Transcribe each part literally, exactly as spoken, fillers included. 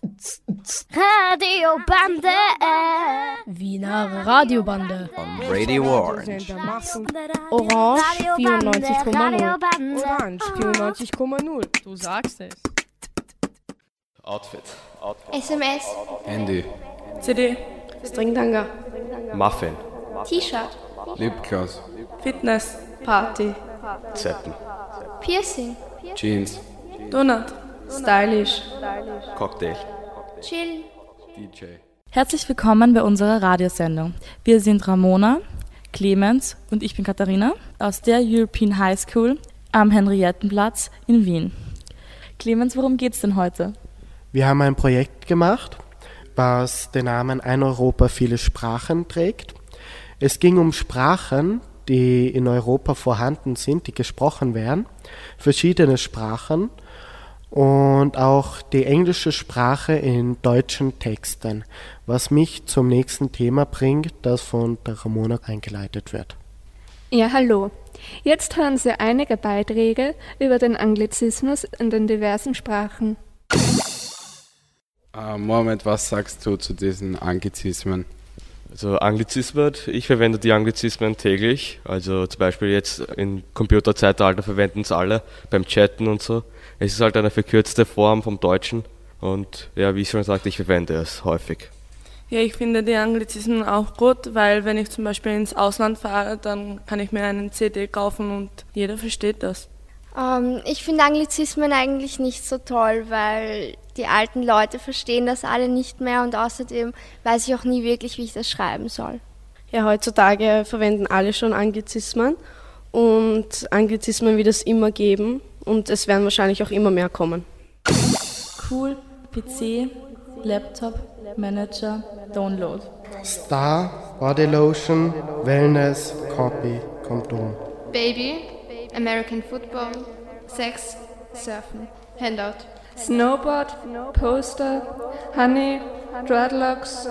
Radiobande. Wiener Radiobande. On Radio Orange. Orange vierundneunzig Komma null. Orange vierundneunzig Komma null. Du sagst es. Outfit. Outfit. S M S. Handy. C D. Stringtanga. Muffin. T-Shirt. Lipgloss. Fitness. Party. Zeppen. Piercing. Jeans. Donut. Stylish. Cocktail. Chill. D J. Herzlich willkommen bei unserer Radiosendung. Wir sind Ramona, Clemens und ich bin Katharina aus der European High School am Henriettenplatz in Wien. Clemens, worum geht's denn heute? Wir haben ein Projekt gemacht, was den Namen Ein Europa, viele Sprachen trägt. Es ging um Sprachen, die in Europa vorhanden sind, die gesprochen werden, verschiedene Sprachen und auch die englische Sprache in deutschen Texten, was mich zum nächsten Thema bringt, das von der Ramona eingeleitet wird. Ja, hallo. Jetzt hören Sie einige Beiträge über den Anglizismus in den diversen Sprachen. Uh, Mohammed, was sagst du zu diesen Anglizismen? Also Anglizismen, ich verwende die Anglizismen täglich, also zum Beispiel jetzt im Computerzeitalter verwenden es alle beim Chatten und so. Es ist halt eine verkürzte Form vom Deutschen und ja, wie ich schon sagte, ich verwende es häufig. Ja, ich finde die Anglizismen auch gut, weil wenn ich zum Beispiel ins Ausland fahre, dann kann ich mir einen C D kaufen und jeder versteht das. Ähm, ich finde Anglizismen eigentlich nicht so toll, weil die alten Leute verstehen das alle nicht mehr und außerdem weiß ich auch nie wirklich, wie ich das schreiben soll. Ja, heutzutage verwenden alle schon Anglizismen und Anglizismen wird es immer geben und es werden wahrscheinlich auch immer mehr kommen. Cool, P C, Laptop, Manager, Download. Star, Bodylotion, Wellness, Copy, Kondom. Baby, American Football, Sex, Surfen, Handout. Snowboard, Poster, Honey, Dreadlocks.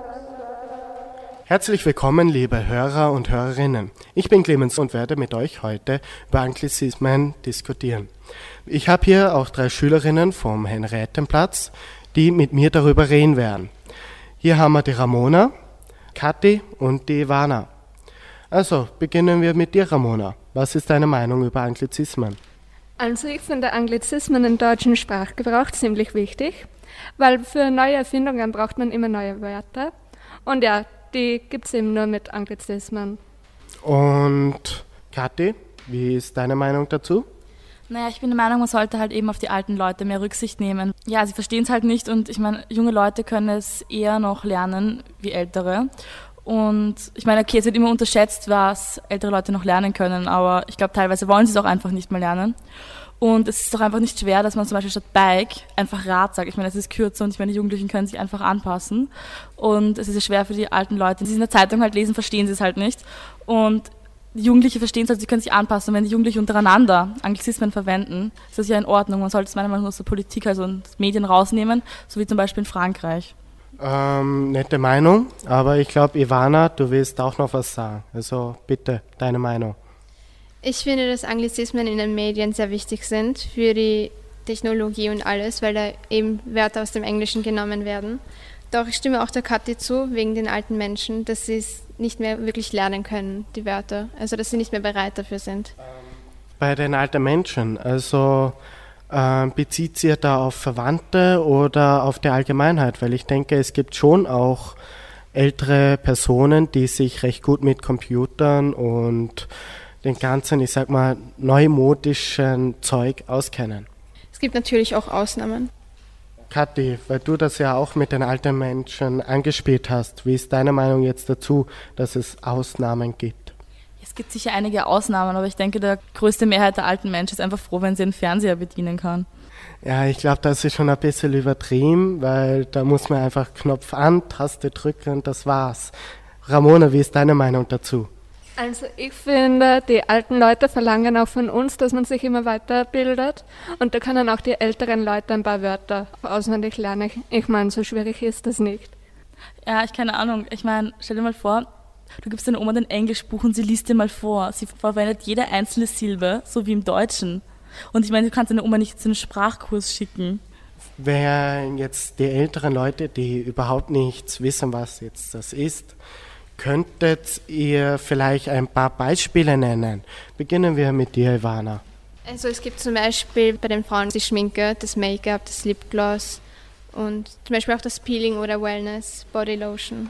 Herzlich willkommen, liebe Hörer und Hörerinnen. Ich bin Clemens und werde mit euch heute über Anglizismen diskutieren. Ich habe hier auch drei Schülerinnen vom Henriettenplatz, die mit mir darüber reden werden. Hier haben wir die Ramona, Kathi und die Ivana. Also, beginnen wir mit dir, Ramona. Was ist deine Meinung über Anglizismen? Also ich finde Anglizismen im deutschen Sprachgebrauch ziemlich wichtig, weil für neue Erfindungen braucht man immer neue Wörter. Und ja, die gibt es eben nur mit Anglizismen. Und Kathi, wie ist deine Meinung dazu? Naja, ich bin der Meinung, man sollte halt eben auf die alten Leute mehr Rücksicht nehmen. Ja, sie verstehen es halt nicht und ich meine, junge Leute können es eher noch lernen wie ältere. Und ich meine, okay, es wird immer unterschätzt, was ältere Leute noch lernen können, aber ich glaube, teilweise wollen sie es auch einfach nicht mehr lernen. Und es ist doch einfach nicht schwer, dass man zum Beispiel statt Bike einfach Rad sagt. Ich meine, es ist kürzer und ich meine, die Jugendlichen können sich einfach anpassen. Und es ist ja schwer für die alten Leute. Wenn sie in der Zeitung halt lesen, verstehen sie es halt nicht. Und die Jugendlichen verstehen es halt, sie können sich anpassen. Und wenn die Jugendlichen untereinander Anglizismen verwenden, ist das ja in Ordnung. Man sollte es meiner Meinung nach aus der Politik, also Medien rausnehmen, so wie zum Beispiel in Frankreich. Ähm, nette Meinung, aber ich glaube, Ivana, du willst auch noch was sagen. Also bitte, deine Meinung. Ich finde, dass Anglizismen in den Medien sehr wichtig sind für die Technologie und alles, weil da eben Wörter aus dem Englischen genommen werden. Doch ich stimme auch der Kathi zu, wegen den alten Menschen, dass sie es nicht mehr wirklich lernen können, die Wörter. Also, dass sie nicht mehr bereit dafür sind. Bei den alten Menschen, also äh, bezieht sie da auf Verwandte oder auf die Allgemeinheit? Weil ich denke, es gibt schon auch ältere Personen, die sich recht gut mit Computern und den ganzen, ich sag mal, neumodischen Zeug auskennen. Es gibt natürlich auch Ausnahmen. Kathi, weil du das ja auch mit den alten Menschen angespielt hast, wie ist deine Meinung jetzt dazu, dass es Ausnahmen gibt? Es gibt sicher einige Ausnahmen, aber ich denke, der größte Mehrheit der alten Menschen ist einfach froh, wenn sie einen Fernseher bedienen kann. Ja, ich glaube, das ist schon ein bisschen übertrieben, weil da muss man einfach Knopf an, Taste drücken und das war's. Ramona, wie ist deine Meinung dazu? Also ich finde, die alten Leute verlangen auch von uns, dass man sich immer weiterbildet und da können auch die älteren Leute ein paar Wörter auswendig lernen. Ich meine, so schwierig ist das nicht. Ja, ich keine Ahnung. Ich meine, stell dir mal vor, du gibst deiner Oma dein Englischbuch und sie liest dir mal vor. Sie verwendet jede einzelne Silbe, so wie im Deutschen. Und ich meine, du kannst deine Oma nicht zu einem Sprachkurs schicken. Wenn jetzt die älteren Leute, die überhaupt nichts wissen, was jetzt das ist, könntet ihr vielleicht ein paar Beispiele nennen? Beginnen wir mit dir, Ivana. Also es gibt zum Beispiel bei den Frauen die Schminke, das Make-up, das Lipgloss und zum Beispiel auch das Peeling oder Wellness, Bodylotion.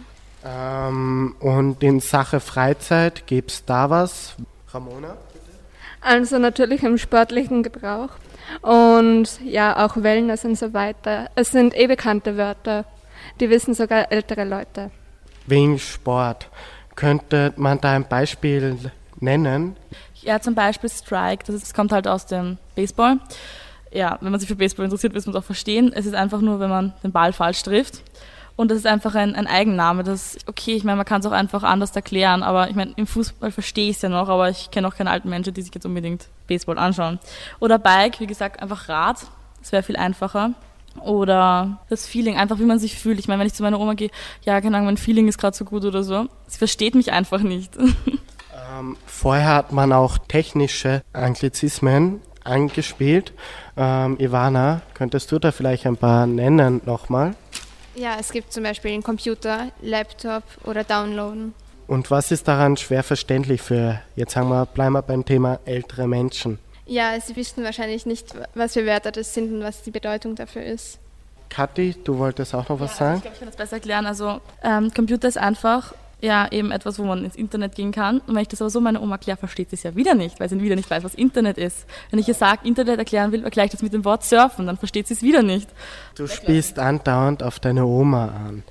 Ähm, und in Sache Freizeit, gibt es da was? Ramona? Also natürlich im sportlichen Gebrauch und ja auch Wellness und so weiter. Es sind eh bekannte Wörter, die wissen sogar ältere Leute. Wegen Sport, könnte man da ein Beispiel nennen? Ja, zum Beispiel Strike, das, ist, das kommt halt aus dem Baseball. Ja, wenn man sich für Baseball interessiert, wird man es auch verstehen. Es ist einfach nur, wenn man den Ball falsch trifft. Und das ist einfach ein, ein Eigenname. Das, okay, ich meine, man kann es auch einfach anders erklären, aber ich meine, im Fußball verstehe ich es ja noch, aber ich kenne auch keine alten Menschen, die sich jetzt unbedingt Baseball anschauen. Oder Bike, wie gesagt, einfach Rad, das wäre viel einfacher. Oder das Feeling, einfach wie man sich fühlt. Ich meine, wenn ich zu meiner Oma gehe, ja, keine Ahnung, mein Feeling ist gerade so gut oder so. Sie versteht mich einfach nicht. Ähm, vorher hat man auch technische Anglizismen angespielt. Ähm, Ivana, könntest du da vielleicht ein paar nennen nochmal? Ja, es gibt zum Beispiel den Computer, Laptop oder Downloaden. Und was ist daran schwer verständlich für, jetzt sagen wir, bleiben wir beim Thema ältere Menschen? Ja, sie wissen wahrscheinlich nicht, was für Wörter das sind und was die Bedeutung dafür ist. Kathi, du wolltest auch noch was ja, sagen? Ich glaube, ich kann das besser erklären. Also ähm, Computer ist einfach ja eben etwas, wo man ins Internet gehen kann. Und wenn ich das aber so meiner Oma erkläre, versteht sie es ja wieder nicht, weil sie wieder nicht weiß, was Internet ist. Wenn ich ihr sage, Internet erklären will, erkläre ich das mit dem Wort Surfen, dann versteht sie es wieder nicht. Du spielst andauernd auf deine Oma an.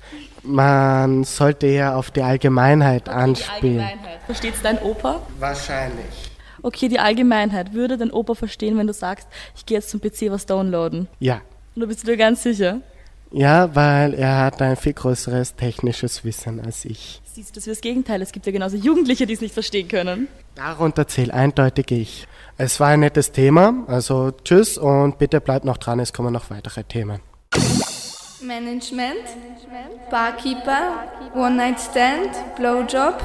Man sollte eher auf die Allgemeinheit okay, anspielen. Die Allgemeinheit. Versteht es dein Opa? Wahrscheinlich. Okay, die Allgemeinheit. Würde dein Opa verstehen, wenn du sagst, ich gehe jetzt zum P C was downloaden? Ja. Und du bist dir ganz sicher? Ja, weil er hat ein viel größeres technisches Wissen als ich. Siehst du, das ist das Gegenteil. Es gibt ja genauso Jugendliche, die es nicht verstehen können. Darunter zähle eindeutig ich. Es war ein nettes Thema, also tschüss und bitte bleibt noch dran, es kommen noch weitere Themen. Management, Barkeeper, One-Night-Stand, Blowjob,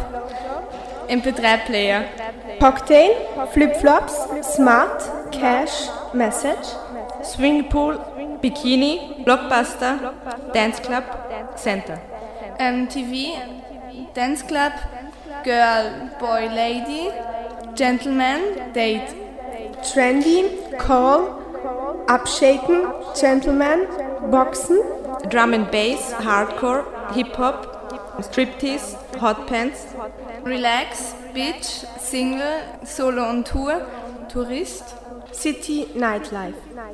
M P drei Player, Cocktail, Flipflops, Smart, Cash, Message, Swingpool, Bikini, Blockbuster, Dance Club, Center. M T V, Dance Club, Girl, Boy, Lady, Gentleman, Date. Trendy, Call, Upshaken, Gentleman, Boxen, Drum and Bass, Hardcore, Hip-Hop, Striptease, Hot Pants, Relax, Bitch, Single, Solo on Tour, Tourist, City, Nightlife.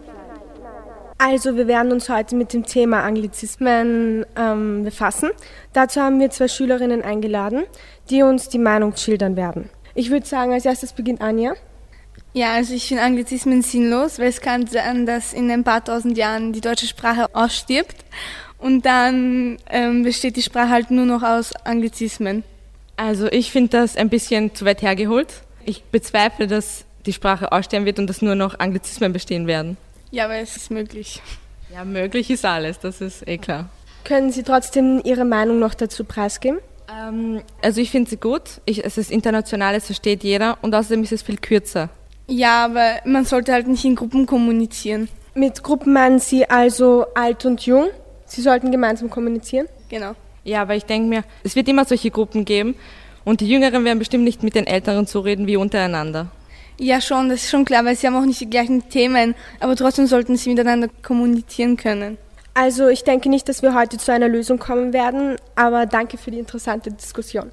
Also wir werden uns heute mit dem Thema Anglizismen ähm, befassen. Dazu haben wir zwei Schülerinnen eingeladen, die uns die Meinung schildern werden. Ich würde sagen, als erstes beginnt Anja. Ja, also ich finde Anglizismen sinnlos, weil es kann sein, dass in ein paar tausend Jahren die deutsche Sprache ausstirbt und dann ähm, besteht die Sprache halt nur noch aus Anglizismen. Also ich finde das ein bisschen zu weit hergeholt. Ich bezweifle, dass die Sprache aussterben wird und dass nur noch Anglizismen bestehen werden. Ja, aber es ist möglich. Ja, möglich ist alles, das ist eh klar. Können Sie trotzdem Ihre Meinung noch dazu preisgeben? Ähm, also ich finde sie gut. Ich, es ist international, es versteht jeder und außerdem ist es viel kürzer. Ja, aber man sollte halt nicht in Gruppen kommunizieren. Mit Gruppen meinen Sie also alt und jung? Sie sollten gemeinsam kommunizieren? Genau. Ja, aber ich denke mir, es wird immer solche Gruppen geben und die Jüngeren werden bestimmt nicht mit den Älteren so reden wie untereinander. Ja schon, das ist schon klar, weil sie haben auch nicht die gleichen Themen, aber trotzdem sollten sie miteinander kommunizieren können. Also ich denke nicht, dass wir heute zu einer Lösung kommen werden, aber danke für die interessante Diskussion.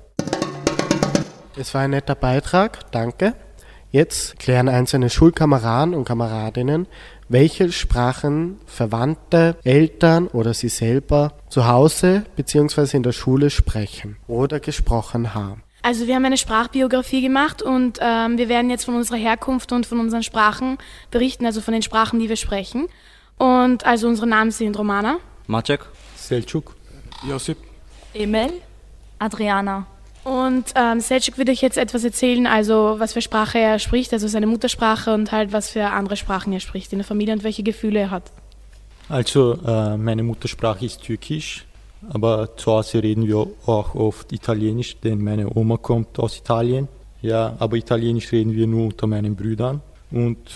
Es war ein netter Beitrag, danke. Jetzt klären einzelne Schulkameraden und Kameradinnen, welche Sprachen Verwandte, Eltern oder sie selber zu Hause bzw. in der Schule sprechen oder gesprochen haben. Also wir haben eine Sprachbiografie gemacht und ähm, wir werden jetzt von unserer Herkunft und von unseren Sprachen berichten, also von den Sprachen, die wir sprechen. Und also unsere Namen sind Romana, Maciek, Selçuk, Josip, Emel, Adriana. Und ähm, Selçuk wird euch jetzt etwas erzählen, also was für Sprache er spricht, also seine Muttersprache und halt was für andere Sprachen er spricht in der Familie und welche Gefühle er hat. Also äh, meine Muttersprache ist Türkisch. Aber zu Hause reden wir auch oft Italienisch, denn meine Oma kommt aus Italien. Ja, aber Italienisch reden wir nur unter meinen Brüdern. Und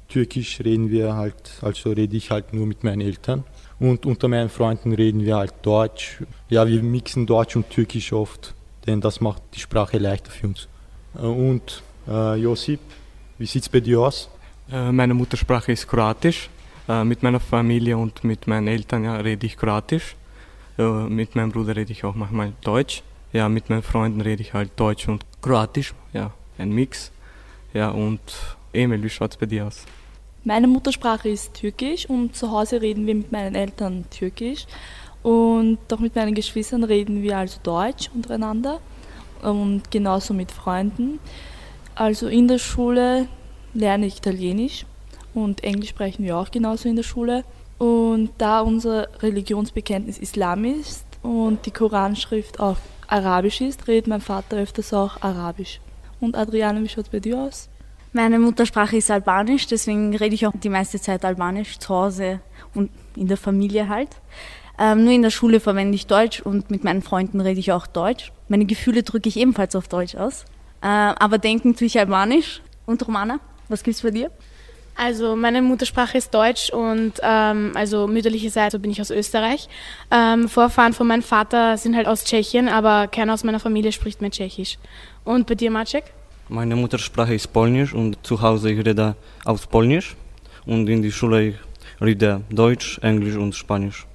Türkisch reden wir halt, also rede ich halt nur mit meinen Eltern. Und unter meinen Freunden reden wir halt Deutsch. Ja, wir mixen Deutsch und Türkisch oft, denn das macht die Sprache leichter für uns. Und äh, Josip, wie sieht es bei dir aus? Äh, meine Muttersprache ist Kroatisch. Äh, mit meiner Familie und mit meinen Eltern ja, rede ich Kroatisch. Äh, mit meinem Bruder rede ich auch manchmal Deutsch. Ja, mit meinen Freunden rede ich halt Deutsch und Kroatisch. Ja, ein Mix. Ja, und Emil, wie schaut es bei dir aus? Meine Muttersprache ist Türkisch und zu Hause reden wir mit meinen Eltern Türkisch. Und auch mit meinen Geschwistern reden wir also Deutsch untereinander und genauso mit Freunden. Also in der Schule lerne ich Italienisch und Englisch sprechen wir auch genauso in der Schule. Und da unser Religionsbekenntnis Islam ist und die Koranschrift auch Arabisch ist, redet mein Vater öfters auch Arabisch. Und Adriana, wie schaut es bei dir aus? Meine Muttersprache ist Albanisch, deswegen rede ich auch die meiste Zeit Albanisch, zu Hause und in der Familie halt. Ähm, nur in der Schule verwende ich Deutsch und mit meinen Freunden rede ich auch Deutsch. Meine Gefühle drücke ich ebenfalls auf Deutsch aus. Äh, aber denken tue ich Albanisch. Und Romana, was gibt's bei dir? Also meine Muttersprache ist Deutsch und ähm, also mütterliche Seite bin ich aus Österreich. Ähm, Vorfahren von meinem Vater sind halt aus Tschechien, aber keiner aus meiner Familie spricht mehr Tschechisch. Und bei dir, Maciek? Meine Muttersprache ist Polnisch und zu Hause ich rede auf Polnisch und in der Schule ich rede Deutsch, Englisch und Spanisch.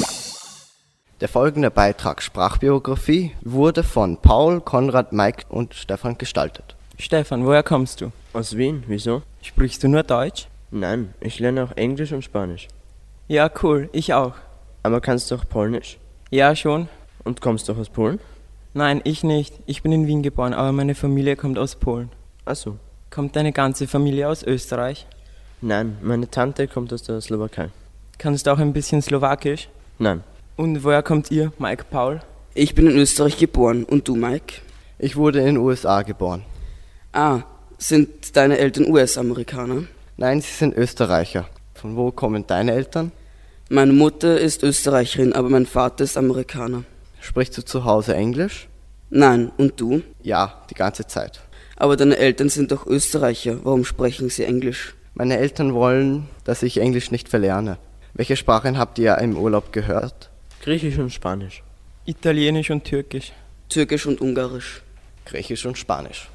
Der folgende Beitrag Sprachbiografie wurde von Paul, Konrad, Mike und Stefan gestaltet. Stefan, woher kommst du? Aus Wien, wieso? Sprichst du nur Deutsch? Nein, ich lerne auch Englisch und Spanisch. Ja, cool, ich auch. Aber kannst du auch Polnisch? Ja, schon. Und kommst du auch aus Polen? Nein, ich nicht. Ich bin in Wien geboren, aber meine Familie kommt aus Polen. Ach so. Kommt deine ganze Familie aus Österreich? Nein, meine Tante kommt aus der Slowakei. Kannst du auch ein bisschen Slowakisch? Nein. Und woher kommt ihr, Mike, Paul? Ich bin in Österreich geboren. Und du, Mike? Ich wurde in den U S A geboren. Ah, sind deine Eltern U S-Amerikaner? Nein, sie sind Österreicher. Von wo kommen deine Eltern? Meine Mutter ist Österreicherin, aber mein Vater ist Amerikaner. Sprichst du zu Hause Englisch? Nein, und du? Ja, die ganze Zeit. Aber deine Eltern sind doch Österreicher, warum sprechen sie Englisch? Meine Eltern wollen, dass ich Englisch nicht verlerne. Welche Sprachen habt ihr im Urlaub gehört? Griechisch und Spanisch. Italienisch und Türkisch. Türkisch und Ungarisch. Griechisch und Spanisch.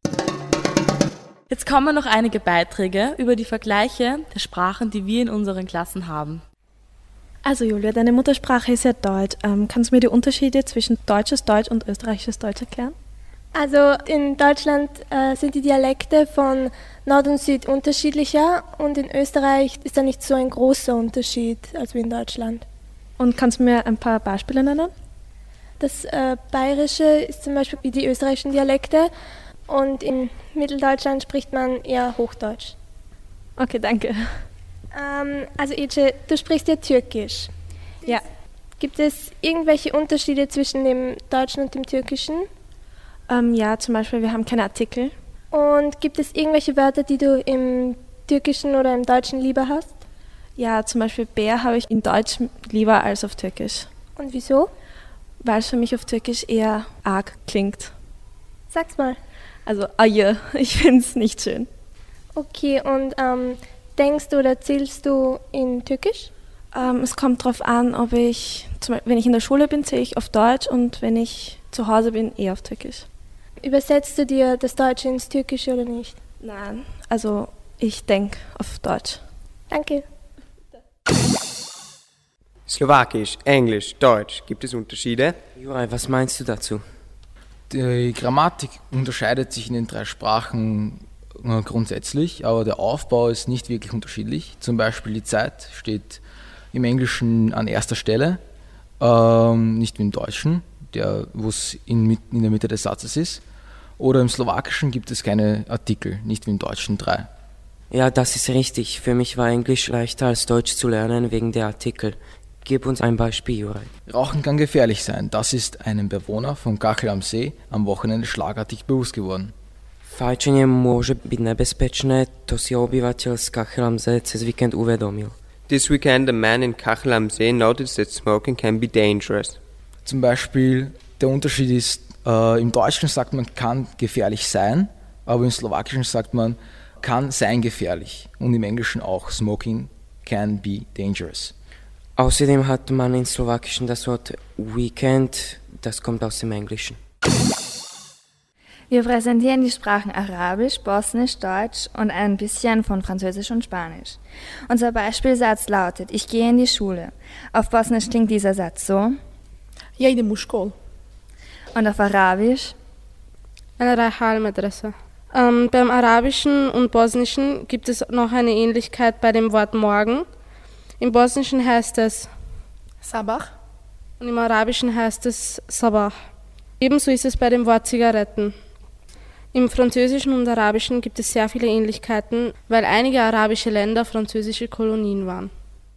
Jetzt kommen noch einige Beiträge über die Vergleiche der Sprachen, die wir in unseren Klassen haben. Also Julia, deine Muttersprache ist ja Deutsch. Ähm, kannst du mir die Unterschiede zwischen deutsches Deutsch und österreichisches Deutsch erklären? Also in Deutschland äh, sind die Dialekte von Nord und Süd unterschiedlicher und in Österreich ist da nicht so ein großer Unterschied als wie in Deutschland. Und kannst du mir ein paar Beispiele nennen? Das äh, Bayerische ist zum Beispiel wie die österreichischen Dialekte und in Mitteldeutschland spricht man eher Hochdeutsch. Okay, danke. Ähm, also Ece, du sprichst ja Türkisch. Ja. Gibt es irgendwelche Unterschiede zwischen dem Deutschen und dem Türkischen? Ähm, ja, zum Beispiel, wir haben keine Artikel. Und gibt es irgendwelche Wörter, die du im Türkischen oder im Deutschen lieber hast? Ja, zum Beispiel Bär habe ich in Deutsch lieber als auf Türkisch. Und wieso? Weil es für mich auf Türkisch eher arg klingt. Sag's mal. Also, aje, ich finde es nicht schön. Okay, und ähm, denkst du oder zählst du in Türkisch? Ähm, es kommt darauf an, ob ich, zum Beispiel, wenn ich in der Schule bin, zähle ich auf Deutsch und wenn ich zu Hause bin, eher auf Türkisch. Übersetzt du dir das Deutsche ins Türkische oder nicht? Nein, also ich denke auf Deutsch. Danke. Slowakisch, Englisch, Deutsch. Gibt es Unterschiede? Juraj, was meinst du dazu? Die Grammatik unterscheidet sich in den drei Sprachen grundsätzlich, aber der Aufbau ist nicht wirklich unterschiedlich. Zum Beispiel die Zeit steht im Englischen an erster Stelle, ähm, nicht wie im Deutschen, der, wo es in, in der Mitte des Satzes ist. Oder im Slowakischen gibt es keine Artikel, nicht wie im Deutschen drei. Ja, das ist richtig. Für mich war Englisch leichter als Deutsch zu lernen wegen der Artikel. Gib uns ein Beispiel, Juraj. Rauchen kann gefährlich sein. Das ist einem Bewohner von Kachel am See am Wochenende schlagartig bewusst geworden. Fajčenie môže byť nebezpečné, to si obyvateľ z Kachel am See cez víkend uvedomil. This weekend a man in Kachel am See noticed that smoking can be dangerous. Zum Beispiel, der Unterschied ist, äh, im Deutschen sagt man, kann gefährlich sein, aber im Slowakischen sagt man, kann sein gefährlich und im Englischen auch Smoking can be dangerous. Außerdem hat man im Slowakischen das Wort Weekend, das kommt aus dem Englischen. Wir präsentieren die Sprachen Arabisch, Bosnisch, Deutsch und ein bisschen von Französisch und Spanisch. Unser Beispielsatz lautet: Ich gehe in die Schule. Auf Bosnisch klingt dieser Satz so: Ja idem u školu. Und auf Arabisch: Ana raiha al madrasa. Ähm, beim Arabischen und Bosnischen gibt es noch eine Ähnlichkeit bei dem Wort morgen. Im Bosnischen heißt es Sabah und im Arabischen heißt es Sabah. Ebenso ist es bei dem Wort Zigaretten. Im Französischen und Arabischen gibt es sehr viele Ähnlichkeiten, weil einige arabische Länder französische Kolonien waren.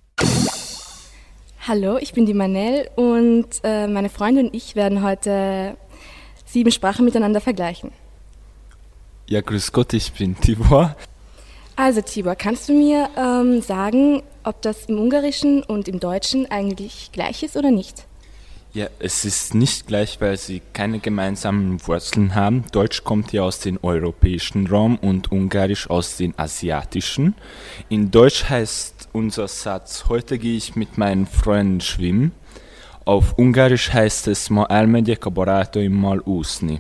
Hallo, ich bin die Manel und äh, meine Freunde und ich werden heute sieben Sprachen miteinander vergleichen. Ja, grüß Gott, ich bin Tibor. Also Tibor, kannst du mir ähm, sagen, ob das im Ungarischen und im Deutschen eigentlich gleich ist oder nicht? Ja, es ist nicht gleich, weil sie keine gemeinsamen Wurzeln haben. Deutsch kommt ja aus dem europäischen Raum und Ungarisch aus dem asiatischen. In Deutsch heißt unser Satz: Heute gehe ich mit meinen Freunden schwimmen. Auf Ungarisch heißt es: Ma elmegyek a barátaimmal úszni.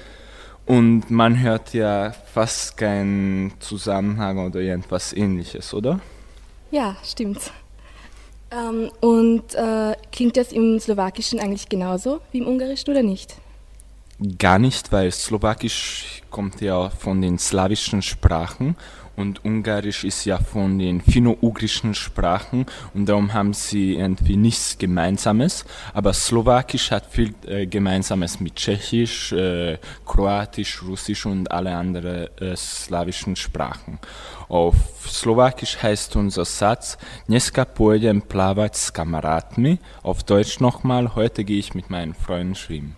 Und man hört ja fast keinen Zusammenhang oder irgendwas Ähnliches, oder? Ja, stimmt. Ähm, und äh, klingt das im Slowakischen eigentlich genauso wie im Ungarischen oder nicht? Gar nicht, weil Slowakisch kommt ja von den slawischen Sprachen und Ungarisch ist ja von den finno-ugrischen Sprachen und darum haben sie irgendwie nichts Gemeinsames. Aber Slowakisch hat viel äh, Gemeinsames mit Tschechisch, äh, Kroatisch, Russisch und alle anderen äh, slawischen Sprachen. Auf Slowakisch heißt unser Satz: Dneska pôjdem plávať s kamarátmi. Auf Deutsch nochmal: Heute gehe ich mit meinen Freunden schwimmen.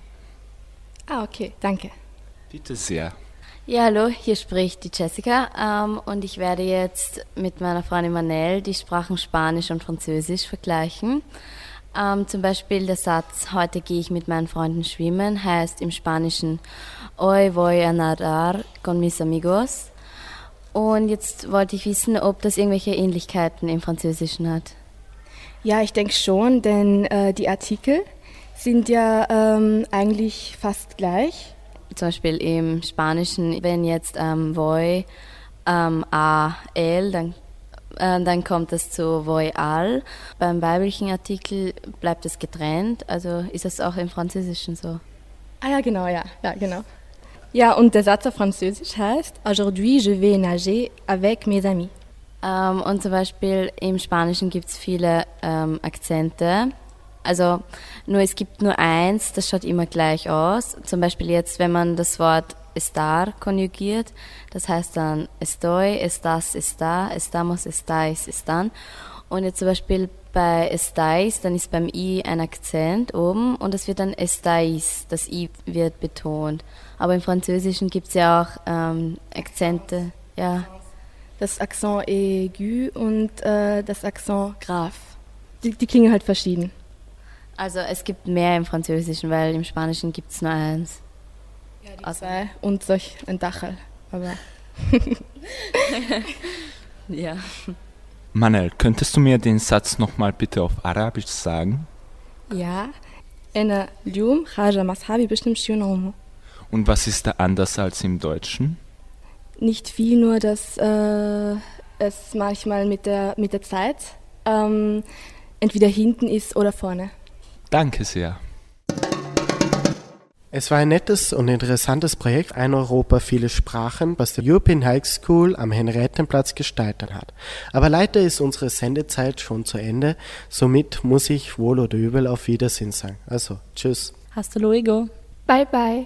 Ah, okay, danke. Bitte sehr. Ja, hallo, hier spricht die Jessica ähm, und ich werde jetzt mit meiner Freundin Manel die Sprachen Spanisch und Französisch vergleichen. Ähm, zum Beispiel der Satz: Heute gehe ich mit meinen Freunden schwimmen heißt im Spanischen Hoy voy a nadar con mis amigos. Und jetzt wollte ich wissen, ob das irgendwelche Ähnlichkeiten im Französischen hat. Ja, ich denke schon, denn äh, die Artikel sind ja ähm, eigentlich fast gleich. Zum Beispiel im Spanischen, wenn jetzt ähm, voy, ähm, a, el, dann, äh, dann kommt es zu voy al. Beim weiblichen Artikel bleibt es getrennt, also ist es auch im Französischen so. Ah ja, genau, ja, ja, genau. Ja, und der Satz auf Französisch heißt: Aujourd'hui je vais nager avec mes amis. Ähm, und zum Beispiel im Spanischen gibt es viele ähm, Akzente. Also nur es gibt nur eins, das schaut immer gleich aus. Zum Beispiel jetzt, wenn man das Wort estar konjugiert, das heißt dann estoy, estás, está, estamos, estáis, están. Und jetzt zum Beispiel bei estáis, dann ist beim i ein Akzent oben und es wird dann estáis, das i wird betont. Aber im Französischen gibt es ja auch ähm, Akzente, ja. Das Akzent aigu und äh, das Akzent grave. Die, die klingen halt verschieden. Also es gibt mehr im Französischen, weil im Spanischen gibt es nur eins. Ja, die also. zwei und solch ein Dachel. Aber ja. Manel, könntest du mir den Satz nochmal bitte auf Arabisch sagen? Ja. Ena اليوم حاجة مع أصحابي باش نمشيو نعوموا. Und was ist da anders als im Deutschen? Nicht viel, nur dass äh, es manchmal mit der, mit der Zeit ähm, entweder hinten ist oder vorne. Danke sehr. Es war ein nettes und interessantes Projekt, Ein Europa, viele Sprachen, was der European High School am Henriettenplatz gestaltet hat. Aber leider ist unsere Sendezeit schon zu Ende, somit muss ich wohl oder übel auf Wiedersehen sagen. Also, tschüss. Hasta luego. Bye bye.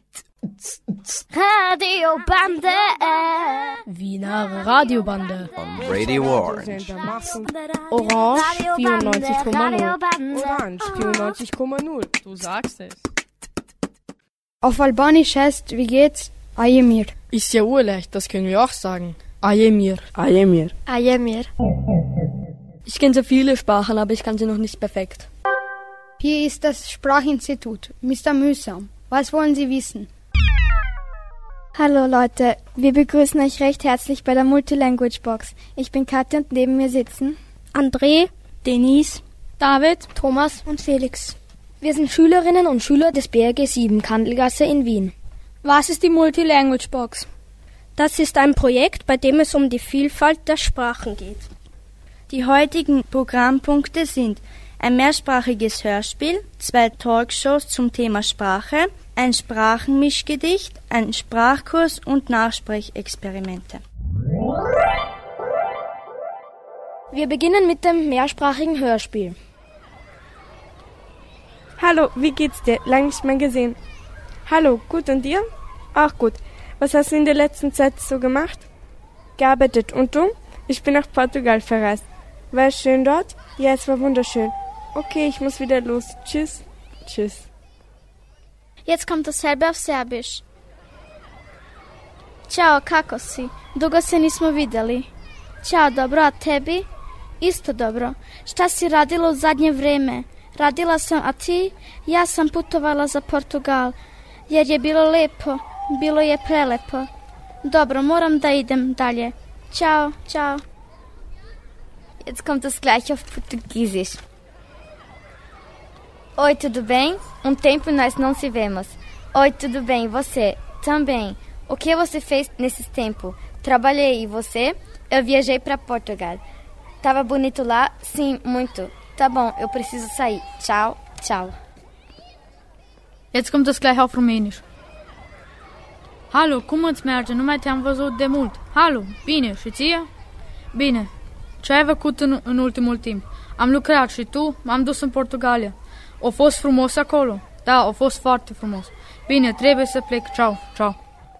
Radiobande. Wiener Radiobande. On Radio Orange. Orange vierundneunzig Komma null. Orange vierundneunzig Komma null. Du sagst es. Auf Albanisch heißt, wie geht's? Ajemir. Ist ja urleicht, das können wir auch sagen. Ajemir. Ajemir. Ajemir. Ich kenne so viele Sprachen, aber ich kann sie noch nicht perfekt. Hier ist das Sprachinstitut. Mister Mühsam. Was wollen Sie wissen? Hallo Leute, wir begrüßen euch recht herzlich bei der Multilanguage Box. Ich bin Katja und neben mir sitzen André, Denise, David, Thomas und Felix. Wir sind Schülerinnen und Schüler des B R G sieben Kandelgasse in Wien. Was ist die Multilanguage Box? Das ist ein Projekt, bei dem es um die Vielfalt der Sprachen geht. Die heutigen Programmpunkte sind ein mehrsprachiges Hörspiel, zwei Talkshows zum Thema Sprache, ein Sprachenmischgedicht, ein Sprachkurs und Nachsprechexperimente. Wir beginnen mit dem mehrsprachigen Hörspiel. Hallo, wie geht's dir? Lang nicht mehr gesehen. Hallo, gut und dir? Auch gut. Was hast du in der letzten Zeit so gemacht? Gearbeitet. Und du? Ich bin nach Portugal verreist. War es schön dort? Ja, es war wunderschön. Okay, ich muss wieder los. Tschüss. Tschüss. Jetzt kommt dasselbe auf Serbisch. Ćao, kako si? Dugo se nismo vidjeli. Ćao, dobro, a tebi? Isto dobro. Šta si radila u zadnje vreme? Radila sam, a ti? Ja sam putovala za Portugal, jer je bilo lepo, bilo je prelepo. Dobro, moram da idem dalje. Ciao, ciao. Jetzt kommt das gleiche auf Portugiesisch. Oi, tudo bem? Um tempo nós não se vemos. Oi, tudo bem? Você? Também. O que você fez nesse tempo? Trabalhei. E você? Eu viajei para Portugal. Tava bonito lá? Sim, muito. Tá bom, eu preciso sair. Ciao, ciao. Jetzt kommt das gleiche auf Rumänisch. Hallo, cum îți merge? Nu mai te-am văzut de mult. Hallo, bine, și ție? Bine. Ce ai făcut în, în ultimul timp? Am lucrat și tu? M-am dus în Portugalia. A fost frumos acolo? Da, a fost foarte frumos. Bine, trebuie să plec. Ciao, ciao.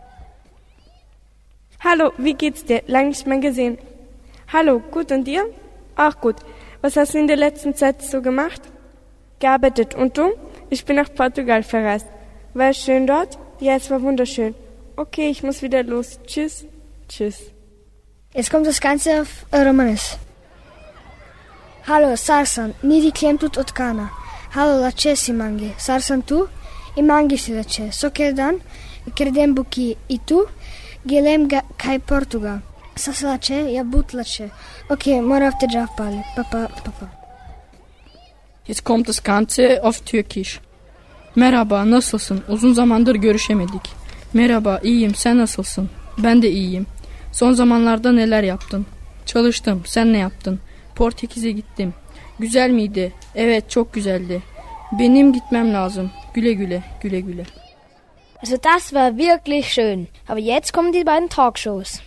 Hallo, wie geht's dir? Lang nicht mehr gesehen. Hallo, gut und dir? Auch gut. Was hast du in der letzten Zeit so gemacht? Gearbeitet. Und du? Ich bin nach Portugal verreist. War es schön dort? Ja, es war wunderschön. Okay, ich muss wieder los. Tschüss. Tschüss. Jetzt kommt das Ganze auf românesc. Halo, Sarsan, nidi klientut od Kana. Halo, la ce si mangi? Sarsan tu? I mangi si la ce. So che dan? Credem buchi. I tu? Gelem kai Portugal. Sasa la ce? Ja but la ce. Okay, mora auf der Javpali. Papa, papa. Jetzt kommt das Ganze auf Türkisch. Merhaba, nasılsın? Uzun zamandır görüşemedik. Merhaba, iyiyim, sen nasılsın? Ben de iyiyim. Son zamanlarda neler yaptın? Çalıştım, sen ne yaptın? Portekiz'e gittim. Güzel miydi? Evet, çok güzeldi. Benim gitmem lazım. Güle güle, güle güle. Also das war wirklich schön. Aber jetzt kommen die beiden Talkshows.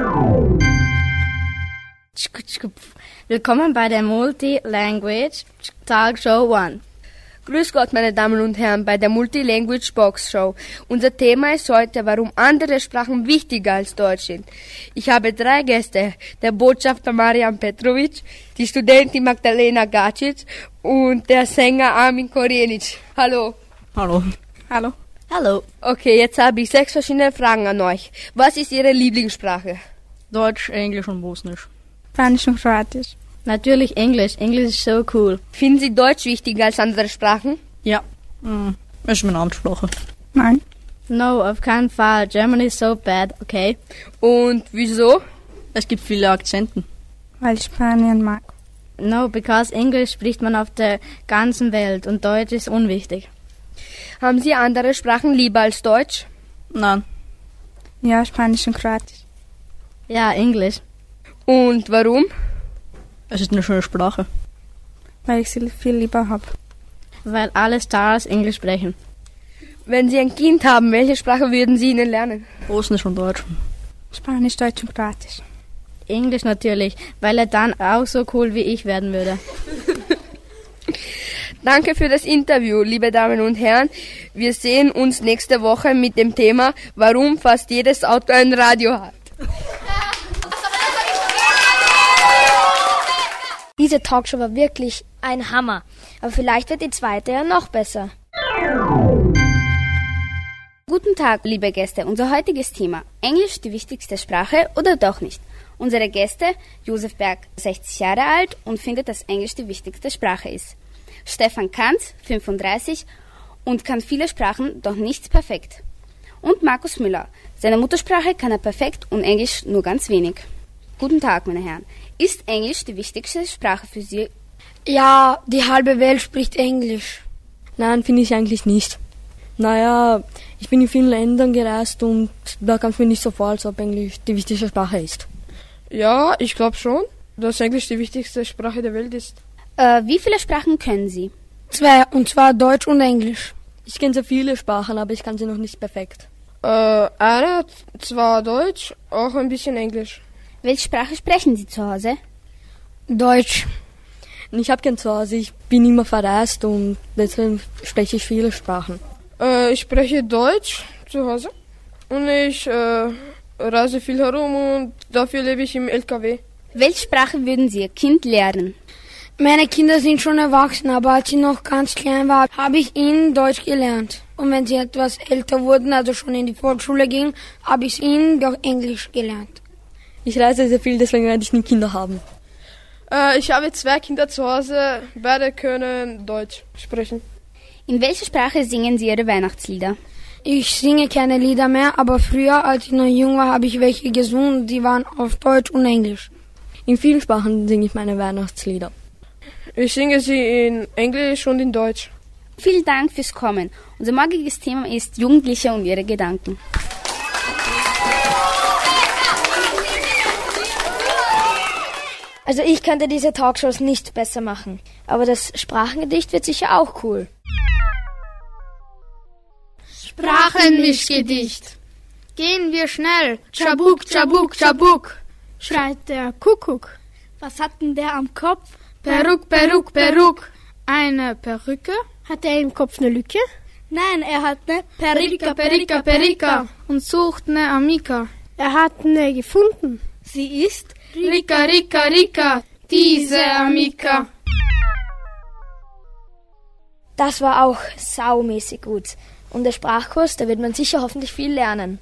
Willkommen bei der Multilanguage Talkshow eins. Grüß Gott, meine Damen und Herren, bei der Multilanguage Box Show. Unser Thema ist heute, warum andere Sprachen wichtiger als Deutsch sind. Ich habe drei Gäste, der Botschafter Marian Petrovic, die Studentin Magdalena Gacic und der Sänger Armin Korjenic. Hallo. Hallo. Hallo. Hallo. Okay, jetzt habe ich sechs verschiedene Fragen an euch. Was ist Ihre Lieblingssprache? Deutsch, Englisch und Bosnisch. Spanisch und Kroatisch. Natürlich Englisch. Englisch ist so cool. Finden Sie Deutsch wichtiger als andere Sprachen? Ja. Mm, ist meine Amtssprache. Nein. No, auf keinen Fall. German is so bad, okay? Und wieso? Es gibt viele Akzenten. Weil ich Spanien mag. No, because Englisch spricht man auf der ganzen Welt und Deutsch ist unwichtig. Haben Sie andere Sprachen lieber als Deutsch? Nein. Ja, Spanisch und Kroatisch. Ja, Englisch. Und warum? Es ist eine schöne Sprache. Weil ich sie viel lieber habe. Weil alle Stars Englisch sprechen. Wenn Sie ein Kind haben, welche Sprache würden Sie ihnen lernen? Bosnisch und Deutsch. Spanisch, Deutsch und Kroatisch. Englisch natürlich, weil er dann auch so cool wie ich werden würde. Danke für das Interview, liebe Damen und Herren. Wir sehen uns nächste Woche mit dem Thema, warum fast jedes Auto ein Radio hat. Diese Talkshow war wirklich ein Hammer. Aber vielleicht wird die zweite ja noch besser. Guten Tag, liebe Gäste. Unser heutiges Thema: Englisch die wichtigste Sprache oder doch nicht? Unsere Gäste: Josef Berg, sechzig Jahre alt und findet, dass Englisch die wichtigste Sprache ist. Stefan Kanz, fünfunddreißig und kann viele Sprachen, doch nichts perfekt. Und Markus Müller. Seine Muttersprache kann er perfekt und Englisch nur ganz wenig. Guten Tag, meine Herren. Ist Englisch die wichtigste Sprache für Sie? Ja, die halbe Welt spricht Englisch. Nein, finde ich eigentlich nicht. Naja, ich bin in vielen Ländern gereist und da kam es mir nicht so vor, als ob Englisch die wichtigste Sprache ist. Ja, ich glaube schon, dass Englisch die wichtigste Sprache der Welt ist. Äh, wie viele Sprachen können Sie? Zwei, und zwar Deutsch und Englisch. Ich kenne sehr viele Sprachen, aber ich kann sie noch nicht perfekt. Äh, eine, zwar Deutsch, auch ein bisschen Englisch. Welche Sprache sprechen Sie zu Hause? Deutsch. Ich habe kein Zuhause, ich bin immer verreist und deswegen spreche ich viele Sprachen. Äh, ich spreche Deutsch zu Hause und ich äh, reise viel herum und dafür lebe ich im L K W. Welche Sprache würden Sie Ihr Kind lernen? Meine Kinder sind schon erwachsen, aber als sie noch ganz klein waren, habe ich ihnen Deutsch gelernt. Und wenn sie etwas älter wurden, also schon in die Volksschule gingen, habe ich ihnen doch Englisch gelernt. Ich reise sehr viel, deswegen werde ich nie Kinder haben. Äh, ich habe zwei Kinder zu Hause, beide können Deutsch sprechen. In welcher Sprache singen Sie Ihre Weihnachtslieder? Ich singe keine Lieder mehr, aber früher, als ich noch jung war, habe ich welche gesungen, die waren auf Deutsch und Englisch. In vielen Sprachen singe ich meine Weihnachtslieder. Ich singe sie in Englisch und in Deutsch. Vielen Dank fürs Kommen. Unser morgiges Thema ist Jugendliche und ihre Gedanken. Also ich könnte diese Talkshows nicht besser machen. Aber das Sprachengedicht wird sicher auch cool. Sprachenmischgedicht. Gehen wir schnell. Tschabuk, tschabuk, tschabuk. Schreit der Kuckuck. Was hat denn der am Kopf? Peruk, Peruk, Peruk. Eine Perücke? Hat er im Kopf eine Lücke? Nein, er hat eine Perika, Perika, Perika und sucht eine Amika. Er hat eine gefunden. Sie ist Rika, Rika, Rika, diese Amika. Das war auch saumäßig gut. Und der Sprachkurs, da wird man sicher hoffentlich viel lernen.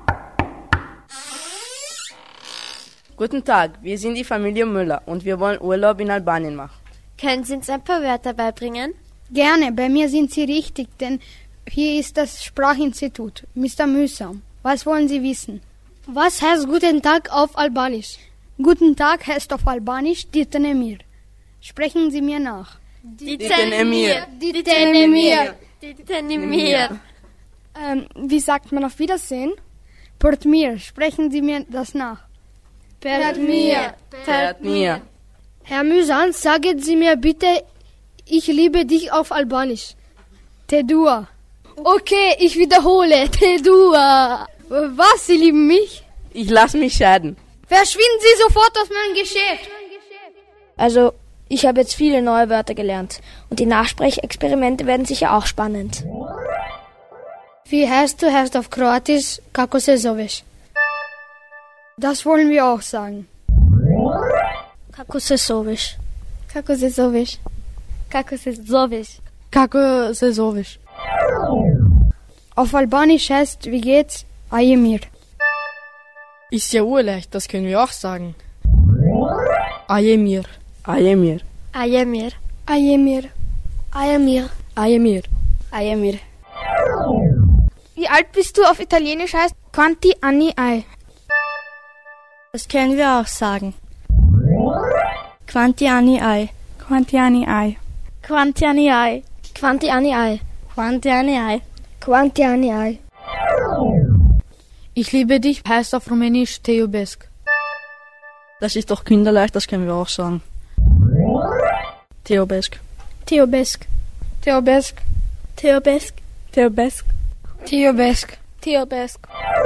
Guten Tag, wir sind die Familie Müller und wir wollen Urlaub in Albanien machen. Können Sie uns ein paar Wörter beibringen? Gerne, bei mir sind Sie richtig, denn hier ist das Sprachinstitut. Mister Mühsam, was wollen Sie wissen? Was heißt Guten Tag auf Albanisch? Guten Tag heißt auf Albanisch Ditën e mirë. Sprechen Sie mir nach. Ditën e mirë. Ditën e mirë. Ditën e mirë. Ähm, wie sagt man auf Wiedersehen? Për të mirë, sprechen Sie mir das nach. Per mir. Per mir. Herr Mühsam, sagen Sie mir bitte, ich liebe dich auf Albanisch. Te dua. Okay, ich wiederhole. Te dua. Was, Sie lieben mich? Ich lass mich scheiden. Verschwinden Sie sofort aus meinem Geschäft. Also, ich habe jetzt viele neue Wörter gelernt. Und die Nachsprechexperimente werden sicher auch spannend. Wie heißt du heißt auf Kroatisch Kako se zoveš? Das wollen wir auch sagen. Kako se zoveš? Kako se zoveš? Kako se zoveš? Kako se zoveš? Auf Albanisch heißt, wie geht's? Ajemir. Ist ja urleicht, das können wir auch sagen. Ajemir. Ajemir. Ajemir. Ajemir. Ajemir. Ajemir. Ajemir. Wie alt bist du auf Italienisch heißt? Quanti anni hai? Das können wir auch sagen. Quanti anni hai? Quanti anni hai? Quanti anni hai? Quanti anni hai? Quanti anni hai? Quanti anni hai? Ich liebe dich heißt auf Rumänisch Te iubesc. Das ist doch kinderleicht, das können wir auch sagen. Te iubesc. Te iubesc. Te iubesc. Te iubesc. Te iubesc. Te iubesc. Te iubesc.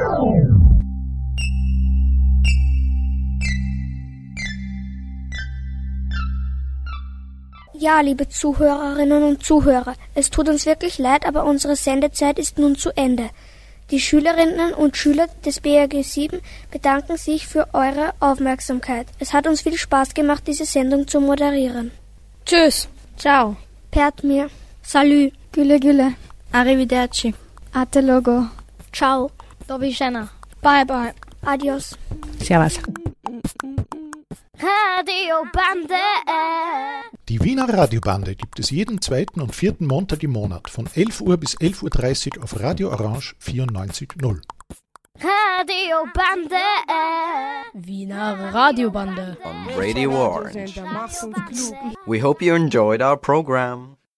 Ja, liebe Zuhörerinnen und Zuhörer, es tut uns wirklich leid, aber unsere Sendezeit ist nun zu Ende. Die Schülerinnen und Schüler des B R G sieben bedanken sich für eure Aufmerksamkeit. Es hat uns viel Spaß gemacht, diese Sendung zu moderieren. Tschüss. Ciao. Pert mir. Salut. Güle güle. Arrivederci. Ate logo. Ciao. Do widzenia. Bye bye. Adios. Servus. Radio Bande. Die Wiener Radiobande gibt es jeden zweiten und vierten Montag im Monat von elf Uhr bis elf Uhr dreißig auf Radio Orange vierundneunzig Komma null. Radiobande. Wiener Radiobande. On Radio Orange. We hope you enjoyed our program.